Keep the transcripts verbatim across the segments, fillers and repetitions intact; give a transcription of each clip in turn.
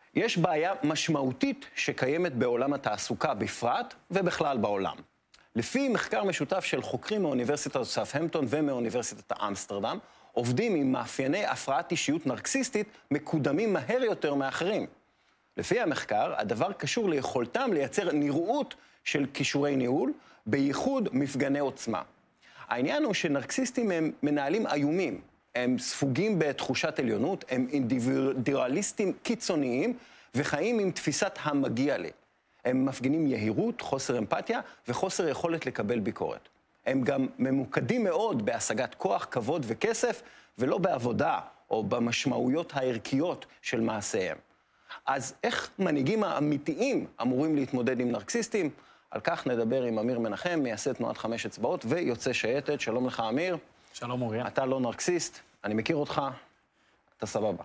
יש בעיה משמעותית שקיימת בעולם התעסוקה בפרט ובכלל בעולם. לפי מחקר משותף של חוקרים מאוניברסיטת סאות'המפטון ומאוניברסיטת אמסטרדם, עובדים עם מאפייני הפרעת אישיות נרקסיסטית מקודמים מהר יותר מאחרים. לפי המחקר, הדבר קשור ליכולתם לייצר נראות של כישורי ניהול, בייחוד מפגני עוצמה. העניין הוא שנרקסיסטים הם מנהלים איומים, הם ספוגים בתחושת עליונות, הם אינדיבידואליסטים קיצוניים וחיים עם תפיסת המגיע לי. הם מפגינים יהירות, חוסר אמפתיה וחוסר יכולת לקבל ביקורת. הם גם ממוקדים מאוד בהשגת כוח, כבוד וכסף, ולא בעבודה או במשמעויות הערכיות של מעשיהם. אז איך מנהיגים האמיתיים אמורים להתמודד עם נרקסיסטים? על כך נדבר עם אמיר מנחם, מייסד תנועת חמש אצבעות ויוצא שייטת. שלום לך, אמיר. שלום, אוריה. אתה לא נרקסיסט, אני מכיר אותך, אתה סבבה.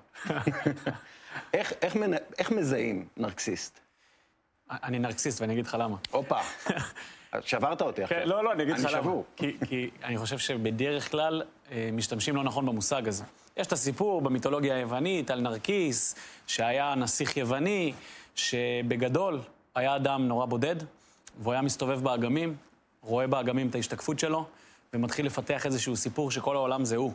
איך, איך, איך מזהים נרקסיסט? אני נרקסיסט, ואני אגיד לך למה. הופה, שברת אותי עכשיו. לא, לא, אני אגיד לך למה. אני שבור. כי, כי אני חושב שבדרך כלל משתמשים לא נכון במושג הזה. יש את הסיפור במיתולוגיה היוונית על נרקיס, שהיה נסיך יווני, שבגדול היה אדם נורא בודד, והוא היה מסתובב באגמים, רואה באגמים את ההשתקפות שלו, ומתחיל לפתח איזשהו סיפור שכל העולם זה הוא.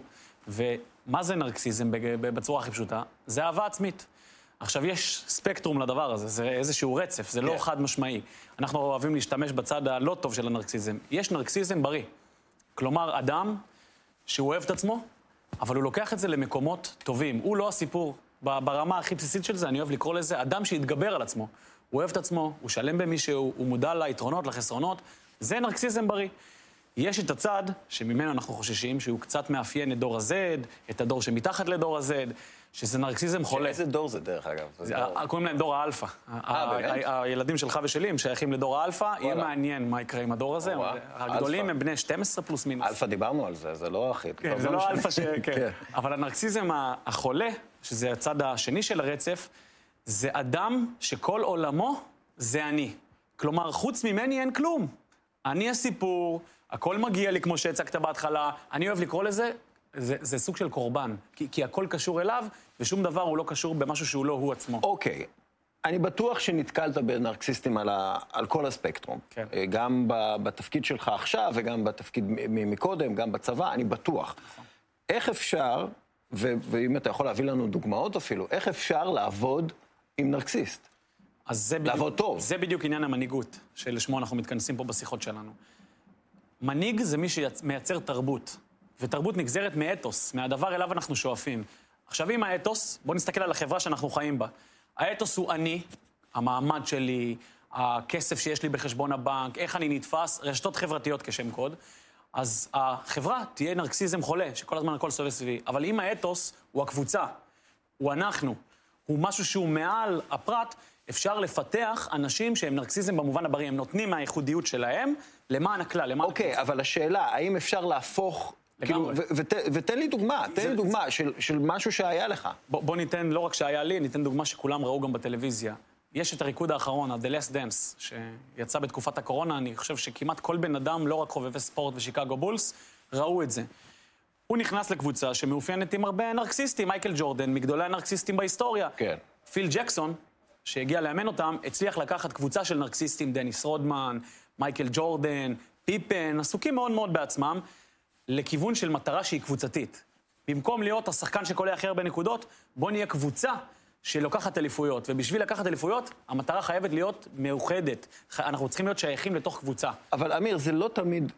ומה זה נרקסיזם בצורה הכי פשוטה? זה אהבה עצמית. עכשיו, יש ספקטרום לדבר הזה, זה איזשהו רצף, זה לא חד משמעי. אנחנו אוהבים להשתמש בצד הלא טוב של הנרקסיזם. יש נרקסיזם בריא. כלומר, אדם שהוא אוהב את עצמו, אבל הוא לוקח את זה למקומות טובים. הוא לא הסיפור. ברמה הכי בסיסית של זה, אני אוהב לקרוא לזה, אדם שיתגבר על עצמו. הוא אוהב את עצמו, הוא שלם במישהו, הוא מודע ליתרונות, לחסרונות. זה נרקסיזם בריא. יש את הצד שממנו אנחנו חוששים שהוא קצת מאפיין את דור ה-Z, את הדור שמתחת לדור ה-Z, שזה נרקסיזם חולה. איזה דור זה דרך אגב? קוראים להם דור האלפא. הילדים שלך ושלי הם שייכים לדור האלפא, יהיה מעניין מה יקרה עם הדור הזה. הגדולים הם בני שתים עשרה פלוס מינוס. אלפא דיברנו על זה, זה לא אחיד. זה לא אלפא ש... אבל הנרקסיזם החולה, שזה הצד השני של הרצף, זה אדם שכל עולמו זה אני. כלומר, חוץ ממני אין כלום. אני הסיפור, הכל מגיע לי כמו שהצגת בהתחלה, אני אוהב לקרוא לזה, זה, זה סוג של קורבן, כי, כי הכל קשור אליו, ושום דבר הוא לא קשור במשהו שהוא לא הוא עצמו. אוקיי, אני בטוח שנתקלת בנרקסיסטים על, ה, על כל הספקטרום. כן. גם בתפקיד שלך עכשיו, וגם בתפקיד מקודם, גם בצבא, אני בטוח. נכון. איך אפשר, ו, ואם אתה יכול להביא לנו דוגמאות אפילו, איך אפשר לעבוד עם נרקסיסט? אז זה בדיוק, לעבוד טוב. זה בדיוק עניין המנהיגות, שלשמו אנחנו מתכנסים פה בשיחות שלנו. מנהיג זה מי שמייצר תרבות, ותרבות נגזרת מאתוס, מהדבר אליו אנחנו שואפים. עכשיו, עם האתוס, בואו נסתכל על החברה שאנחנו חיים בה. האתוס הוא אני, המעמד שלי, הכסף שיש לי בחשבון הבנק, איך אני נתפס, רשתות חברתיות כשם קוד. אז החברה תהיה נרקסיזם חולה, שכל הזמן הכל סובב סביבי. אבל אם האתוס הוא הקבוצה, הוא אנחנו, הוא משהו שהוא מעל הפרט, אפשר לפתח אנשים שהם נרקסיזם במובן הבריא, הם נותנים מהייחודיות שלהם למען הכלל, למען אוקיי, הקבוצה. אבל השאלה, האם אפשר להפוך, כאילו, ותן לי דוגמה, תן לי דוגמה של משהו שהיה לך. בוא ניתן, לא רק שהיה לי, ניתן דוגמה שכולם ראו גם בטלוויזיה. יש את הריקוד האחרון, ה-The Last Dance, שיצא בתקופת הקורונה, אני חושב שכמעט כל בן אדם, לא רק חובבי ספורט ושיקגו בולס, ראו את זה. הוא נכנס לקבוצה שמאופיינת עם הרבה נרקסיסטים, מייקל ג'ורדן, מגדולי הנרקסיסטים בהיסטוריה. כן. פיל ג'קסון, שהגיע לאמן אותם, הצליח לקחת קבוצה של נרקסיסטים, דניס רודמן, מייקל ג'ורדן, פיפן, עסוקים מאוד מאוד בעצמם, לכיוון של מטרה שהיא קבוצתית. במקום להיות השחקן שקולה הכי הרבה נקודות, בוא נהיה קבוצה שלוקחת אליפויות, ובשביל לקחת אליפויות, המטרה חייבת להיות מאוחדת. אנחנו צריכים להיות שייכים לתוך קבוצה. אבל אמיר, זה לא תמיד...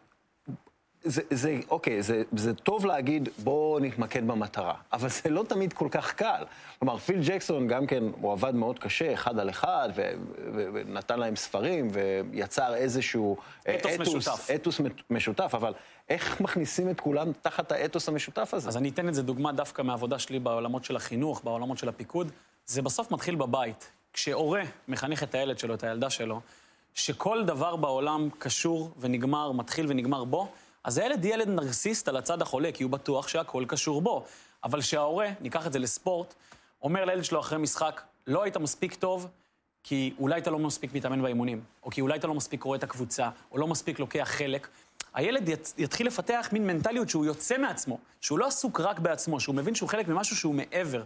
זה, זה, אוקיי, זה, זה טוב להגיד, בוא נתמקד במטרה, אבל זה לא תמיד כל כך קל. כלומר, פיל ג'קסון גם כן, הוא עבד מאוד קשה, אחד על אחד, ו, ו, ונתן להם ספרים, ויצר איזשהו... אתוס אתוס משותף. אתוס משותף, אבל איך מכניסים את כולם תחת האתוס המשותף הזה? אז אני אתן את זה דוגמה דווקא מהעבודה שלי בעולמות של החינוך, בעולמות של הפיקוד. זה בסוף מתחיל בבית. כשהורה מחנך את הילד שלו, את הילדה שלו, שכל דבר בעולם קשור ונגמר, מתחיל ונגמר בו, אז הילד ילד נרקסיסט על הצד החולה, כי הוא בטוח שהכל קשור בו. אבל שההורה, ניקח את זה לספורט, אומר לילד שלו אחרי משחק, לא היית מספיק טוב, כי אולי אתה לא מספיק מתאמן באימונים, או כי אולי אתה לא מספיק רואה את הקבוצה, או לא מספיק לוקח חלק. הילד יתחיל לפתח מין מנטליות שהוא יוצא מעצמו, שהוא לא עסוק רק בעצמו, שהוא מבין שהוא חלק ממשהו שהוא מעבר.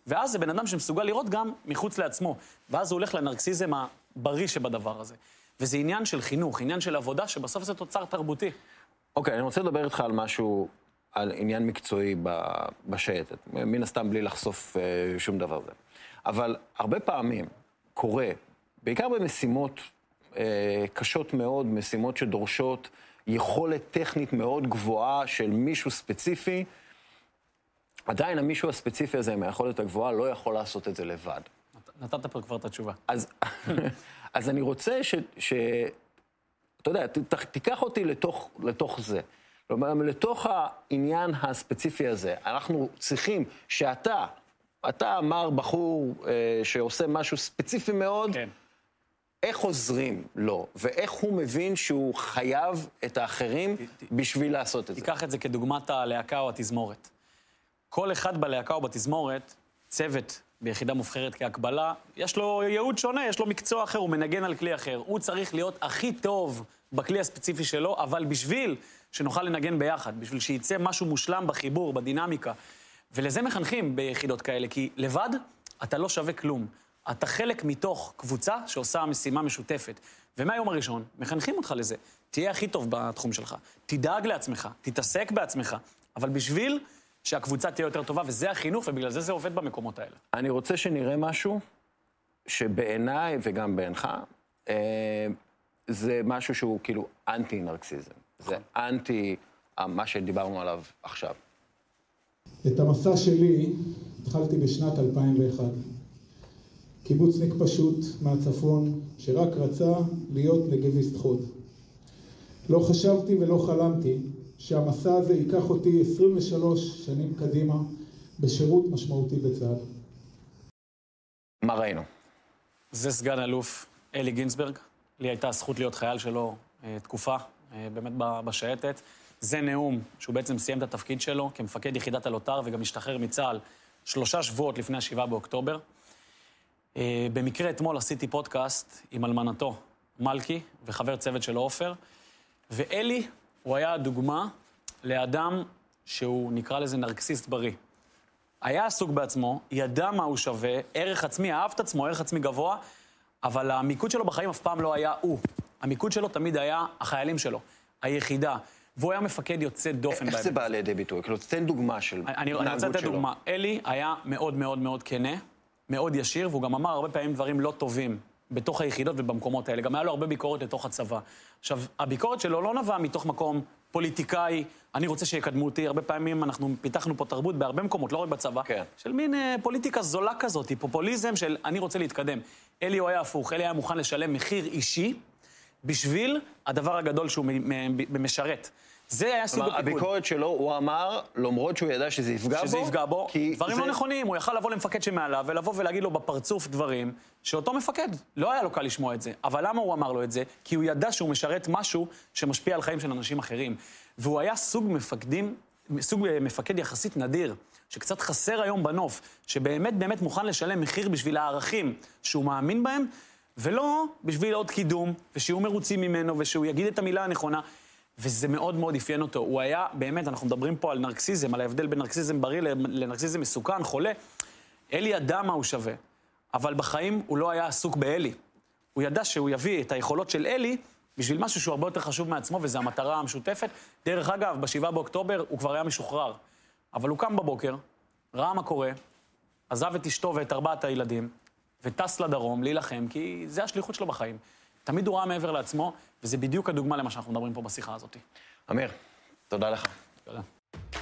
ואז זה בן אדם שמסוגל לראות גם מחוץ לעצמו. ואז הוא הולך לנרקסיזם הבריא שבדבר הזה. וזה עניין של חינוך, עניין של עבודה, שבסוף זה תוצר תרבותי. אוקיי, אני רוצה לדבר איתך על משהו, על עניין מקצועי בשייטת. מן הסתם בלי לחשוף שום דבר זה. אבל הרבה פעמים קורה, בעיקר במשימות קשות מאוד, משימות שדורשות יכולת טכנית מאוד גבוהה של מישהו ספציפי, עדיין המישהו הספציפי הזה עם היכולת הגבוהה לא יכול לעשות את זה לבד. נתת פה כבר את התשובה. אז, אז אני רוצה ש, ש... אתה יודע, ת, תיקח אותי לתוך, לתוך זה. כלומר, לתוך העניין הספציפי הזה, אנחנו צריכים שאתה, אתה אמר בחור אה, שעושה משהו ספציפי מאוד, כן. איך עוזרים לו, ואיך הוא מבין שהוא חייב את האחרים בשביל לעשות את זה. תיקח את זה כדוגמת הלהקה או התזמורת. כל אחד בלהקה או בתזמורת, צוות ביחידה מובחרת כהקבלה, יש לו ייעוד שונה, יש לו מקצוע אחר, הוא מנגן על כלי אחר. הוא צריך להיות הכי טוב בכלי הספציפי שלו, אבל בשביל שנוכל לנגן ביחד, בשביל שייצא משהו מושלם בחיבור, בדינמיקה. ולזה מחנכים ביחידות כאלה, כי לבד אתה לא שווה כלום. אתה חלק מתוך קבוצה שעושה משימה משותפת. ומהיום הראשון, מחנכים אותך לזה. תהיה הכי טוב בתחום שלך. תדאג לעצמך, תתעסק בעצמך. אבל בשביל שהקבוצה תהיה יותר טובה, וזה החינוך, ובגלל זה זה עובד במקומות האלה. אני רוצה שנראה משהו שבעיניי וגם בעינך, אה, זה משהו שהוא כאילו אנטי-נרקסיזם. זה אנטי מה שדיברנו עליו עכשיו. את המסע שלי התחלתי בשנת אלפיים ואחת. קיבוצניק פשוט מהצפון, שרק רצה להיות נגביסט חוד. לא חשבתי ולא חלמתי שהמסע הזה ייקח אותי עשרים ושלוש שנים קדימה בשירות משמעותי בצה"ל. מה ראינו? זה סגן אלוף אלי גינצברג. לי הייתה הזכות להיות חייל שלו אה, תקופה, אה, באמת בשייטת. זה נאום שהוא בעצם סיים את התפקיד שלו כמפקד יחידת הלוטר וגם השתחרר מצה"ל שלושה שבועות לפני השבעה באוקטובר. אה, במקרה אתמול עשיתי פודקאסט עם אלמנתו, מלכי, וחבר צוות שלו עופר, ואלי הוא היה הדוגמה לאדם שהוא נקרא לזה נרקסיסט בריא. היה עסוק בעצמו, ידע מה הוא שווה, ערך עצמי, אהב את עצמו, ערך עצמי גבוה, אבל המיקוד שלו בחיים אף פעם לא היה הוא. המיקוד שלו תמיד היה החיילים שלו, היחידה, והוא היה מפקד יוצא דופן. איך זה בא לידי ביטוי? כאילו, תן דוגמה של אני רוצה לתת דוגמה. אלי היה מאוד מאוד מאוד כנה, מאוד ישיר, והוא גם אמר הרבה פעמים דברים לא טובים בתוך היחידות ובמקומות האלה. גם היה לו הרבה ביקורת לתוך הצבא. עכשיו, הביקורת שלו לא נבעה מתוך מקום פוליטיקאי, אני רוצה שיקדמו אותי. הרבה פעמים אנחנו פיתחנו פה תרבות בהרבה מקומות, לא רק בצבא, כן. של מין אה, פוליטיקה זולה כזאת, פופוליזם של אני רוצה להתקדם. אלי הוא היה הפוך, אלי היה מוכן לשלם מחיר אישי בשביל הדבר הגדול שהוא משרת. זה היה סוג הפיקוד. הביקורת שלו, הוא אמר, למרות שהוא ידע שזה יפגע בו, שזה יפגע בו, דברים זה... לא נכונים, הוא יכל לבוא למפקד שמעליו, ולבוא ולהגיד לו בפרצוף דברים, שאותו מפקד, לא היה לו קל לשמוע את זה. אבל למה הוא אמר לו את זה? כי הוא ידע שהוא משרת משהו שמשפיע על חיים של אנשים אחרים. והוא היה סוג מפקדים, סוג מפקד יחסית נדיר, שקצת חסר היום בנוף, שבאמת באמת מוכן לשלם מחיר בשביל הערכים שהוא מאמין בהם, ולא בשביל עוד קידום, ושיהיו מרוצים ממנו, ושהוא יגיד את המילה הנכונה. וזה מאוד מאוד אפיין אותו. הוא היה, באמת, אנחנו מדברים פה על נרקסיזם, על ההבדל בין נרקסיזם בריא לנרקסיזם מסוכן, חולה. אלי ידע מה הוא שווה, אבל בחיים הוא לא היה עסוק באלי. הוא ידע שהוא יביא את היכולות של אלי בשביל משהו שהוא הרבה יותר חשוב מעצמו, וזו המטרה המשותפת. דרך אגב, בשבעה באוקטובר הוא כבר היה משוחרר. אבל הוא קם בבוקר, ראה מה קורה, עזב את אשתו ואת ארבעת הילדים, וטס לדרום להילחם, כי זה השליחות שלו בחיים. תמיד הוא ראה מעבר לעצמו, וזה בדיוק הדוגמה למה שאנחנו מדברים פה בשיחה הזאת. אמיר, תודה לך. תודה.